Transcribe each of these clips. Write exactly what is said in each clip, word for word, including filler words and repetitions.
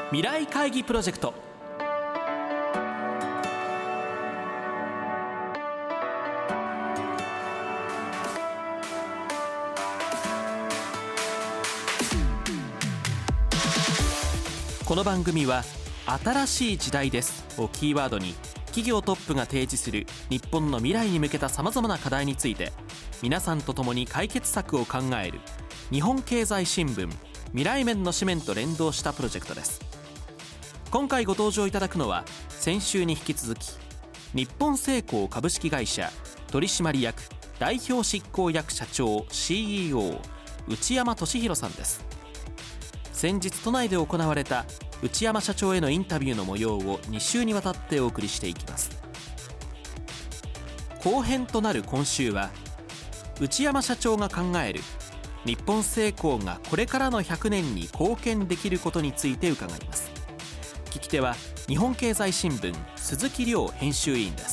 未来会議プロジェクト。この番組は新しい時代ですをキーワードに、企業トップが提示する日本の未来に向けたさまざまな課題について、皆さんと共に解決策を考える日本経済新聞未来面の紙面と連動したプロジェクトです。今回ご登場いただくのは、先週に引き続き日本精工株式会社取締役代表執行役社長 シーイーオー 内山俊弘さんです。先日都内で行われた内山社長へのインタビューの模様をに週にわたってお送りしていきます。後編となる今週は、内山社長が考える日本精工がこれからのひゃくねんに貢献できることについて伺います。聞き手は日本経済新聞鈴木亮編集委員です。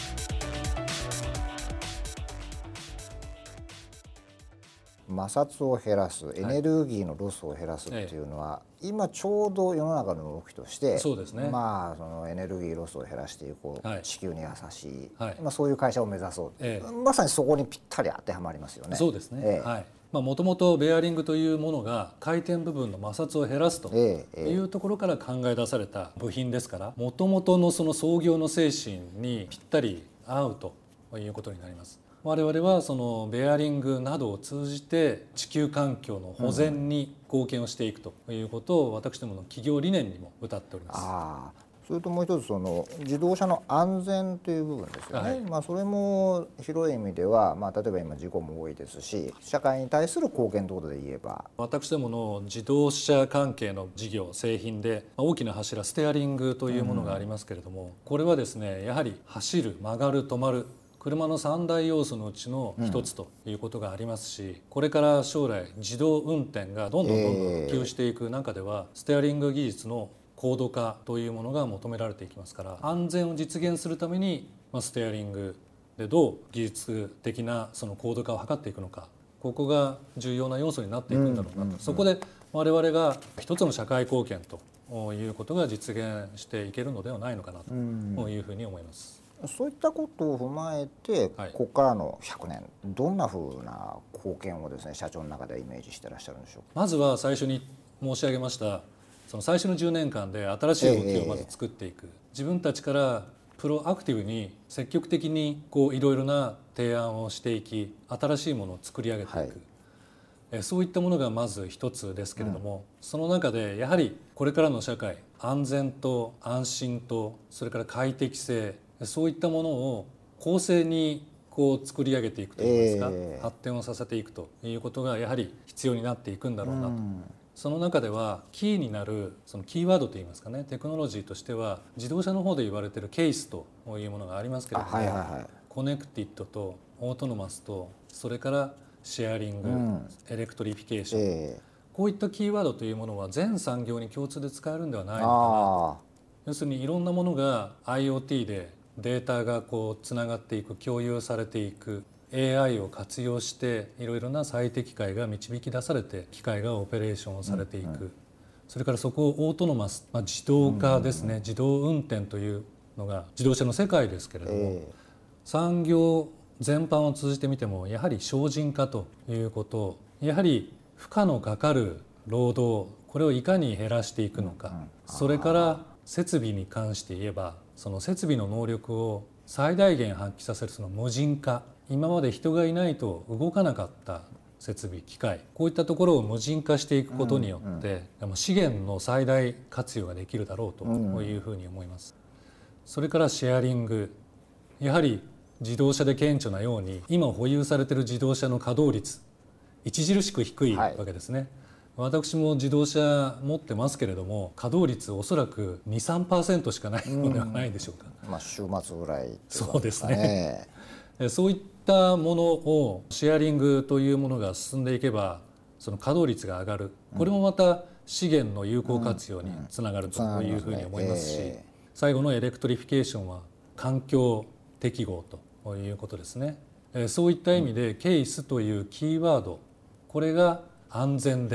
摩擦を減らす、エネルギーのロスを減らすっていうのは、はい、今ちょうど世の中の動きとして、 そうですね、 まあ、そのエネルギーロスを減らしていこう、はい、地球に優しい、はい、まあ、そういう会社を目指そう、ええ、まさにそこにぴったり当てはまりますよね。 そうですね、ええ、はい、もともとベアリングというものが回転部分の摩擦を減らすというところから考え出された部品ですから、もともとのその創業の精神にぴったり合うということになります。我々はそのベアリングなどを通じて地球環境の保全に貢献をしていくということを、私どもの企業理念にも謳っております。 ああ、それともう一つ、その自動車の安全という部分ですよね。はい、まあ、それも広い意味では、まあ、例えば今事故も多いですし、社会に対する貢献ということで言えば、 私どもの自動車関係の事業製品で大きな柱ステアリングというものがありますけれども、うん、これはですね、やはり走る、曲がる、止まる、車の三大要素のうちの一つということがありますし、うん、これから将来自動運転がどんどんどんどん普及していく中では、ステアリング技術の高度化というものが求められていきますから、安全を実現するために、まあ、ステアリングでどう技術的なその高度化を図っていくのか、ここが重要な要素になっていくんだろうなと、うんうんうん、そこで我々が一つの社会貢献ということが実現していけるのではないのかなというふうに思います。 そういったことを踏まえて、はい、ここからのひゃくねん、どんなふうな貢献をですね、社長の中でイメージしてらっしゃるんでしょうか。 まずは最初に申し上げましたその最初のじゅうねんかんで新しい動きをまず作っていく、えー、自分たちからプロアクティブに積極的にこういろいろな提案をしていき、新しいものを作り上げていく、はい、えそういったものがまず一つですけれども、うん、その中でやはりこれからの社会、安全と安心とそれから快適性、そういったものを公正にこう作り上げていくといいますか、えー、発展をさせていくということがやはり必要になっていくんだろうなと、うん、その中ではキーになるそのキーワードといいますかね、テクノロジーとしては自動車の方で言われているケースというものがありますけれども、はいはいはい、コネクティッドとオートノマスと、それからシェアリング、うん、エレクトリフィケーション、えー、こういったキーワードというものは全産業に共通で使えるんではないのかなと。要するにいろんなものが IoT でデータがこうつながっていく、共有されていく、 エーアイ を活用していろいろな最適解が導き出されて機械がオペレーションをされていく、うんうん、それからそこをオートノマス、まあ、自動化ですね、うんうんうん、自動運転というのが自動車の世界ですけれども、えー、産業全般を通じてみてもやはり省人化ということ、やはり負荷のかかる労働、これをいかに減らしていくのか、うんうん、それから設備に関して言えばその設備の能力を最大限発揮させるその無人化、今まで人がいないと動かなかった設備、機械、こういったところを無人化していくことによって、うんうん、資源の最大活用ができるだろうというふうに思います。それからシェアリング、やはり自動車で顕著なように今保有されている自動車の稼働率著しく低いわけですね。はい、私も自動車持ってますけれども、稼働率おそらく にさんパーセント しかないのではないでしょうか。 うん、まあ、週末ぐらい、ね、 そうですね。そういったものをシェアリングというものが進んでいけば、その稼働率が上がる、これもまた資源の有効活用につながるというふうに思いますし、最後のエレクトリフィケーションは環境適合ということですね。そういった意味でケースというキーワード、これが安全で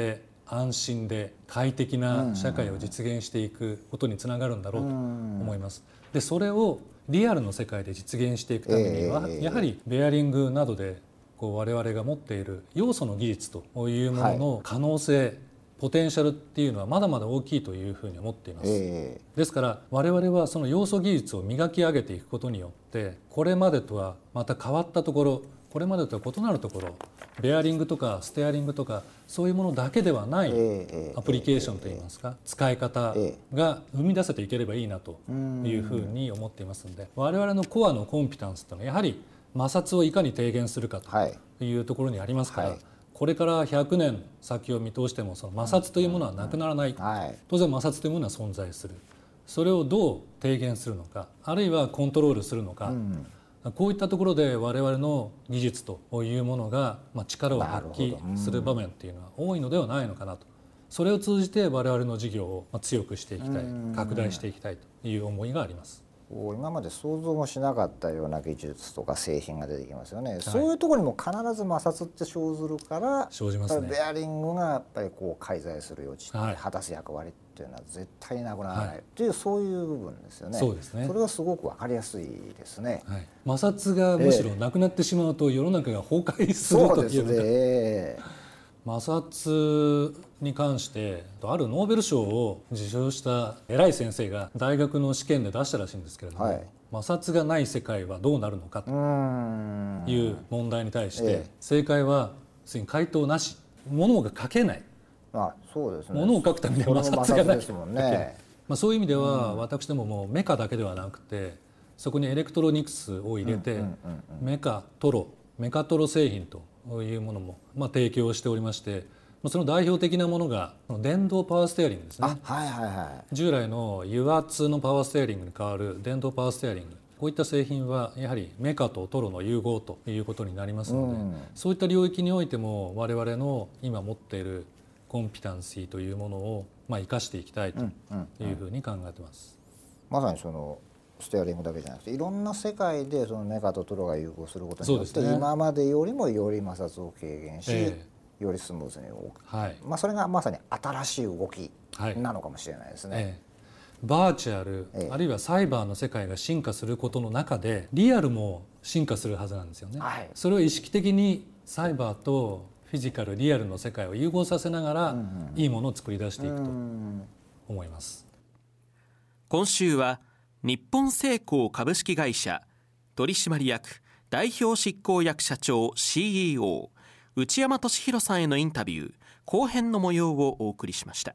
安心で快適な社会を実現していくことにつながるんだろうと思います。でそれをリアルの世界で実現していくためには、やはりベアリングなどでこう我々が持っている要素の技術というものの可能性、はい、ポテンシャルっていうのはまだまだ大きいというふうに思っています。ですから我々はその要素技術を磨き上げていくことによって、これまでとはまた変わったところ、これまでとは異なるところ、ベアリングとかステアリングとかそういうものだけではないアプリケーションといいますか、使い方が生み出せていければいいなというふうに思っていますので、我々のコアのコンピタンスというのはやはり摩擦をいかに低減するかというところにありますから、これからひゃくねん先を見通してもその摩擦というものはなくならない、当然摩擦というものは存在する、それをどう低減するのか、あるいはコントロールするのか、こういったところで我々の技術というものが力を発揮する場面っていうのは多いのではないのかなと。それを通じて我々の事業を強くしていきたい、拡大していきたいという思いがあります。 今まで想像もしなかったような技術とか製品が出てきますよね、はい、そういうところにも必ず摩擦って生ずるから生じますね。 ベアリングがやっぱりこう介在する余地、はい、果たす役割っていうのは絶対になくならない、はい、というそういう部分ですよね。 そうですね。それはすごく分かりやすいですね、 はい、摩擦がむしろなくなってしまうと世の中が崩壊する、えー、というのが、えー摩擦に関してあるノーベル賞を受賞した偉い先生が大学の試験で出したらしいんですけれども、はい、摩擦がない世界はどうなるのかという問題に対して、ええ、正解はすでに回答なし、物が書けない、 あ、そうですね、 物を書くためには摩擦がないですもんね。 まあ、そういう意味では私どももメカだけではなくてそこにエレクトロニクスを入れてメカトロメカトロ製品というものもまあ提供しておりまして、その代表的なものが電動パワーステアリングですね。 あ、はいはいはい、 従来の油圧のパワーステアリングに代わる電動パワーステアリング、こういった製品はやはりメカとトロの融合ということになりますので、うん、そういった領域においても我々の今持っているコンピタンシーというものをまあ生かしていきたいというふうに考えています。 うんうんうん、まさにそのステアリングだけじゃなくていろんな世界でそのメカとトロが融合することによって、ね、今までよりもより摩擦を軽減し、えー、よりスムーズに動く、はい、まあ、それがまさに新しい動きなのかもしれないですね、はい、えー、バーチャル、えー、あるいはサイバーの世界が進化することの中でリアルも進化するはずなんですよね、はい、それを意識的にサイバーとフィジカルリアルの世界を融合させながら、うんうん、いいものを作り出していくと思います。 今週は日本精工株式会社取締役代表執行役社長 シーイーオー 内山俊弘さんへのインタビュー後編の模様をお送りしました。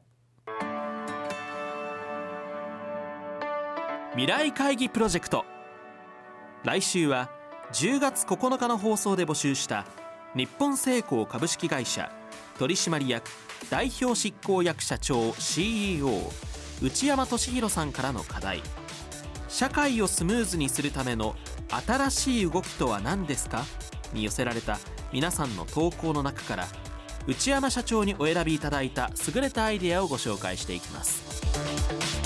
未来会議プロジェクト、来週はじゅうがつここのかの放送で募集した日本精工株式会社取締役代表執行役社長 シーイーオー 内山俊弘さんからの課題、社会をスムーズにするための新しい動きとは何ですかに寄せられた皆さんの投稿の中から内山社長にお選びいただいた優れたアイデアをご紹介していきます。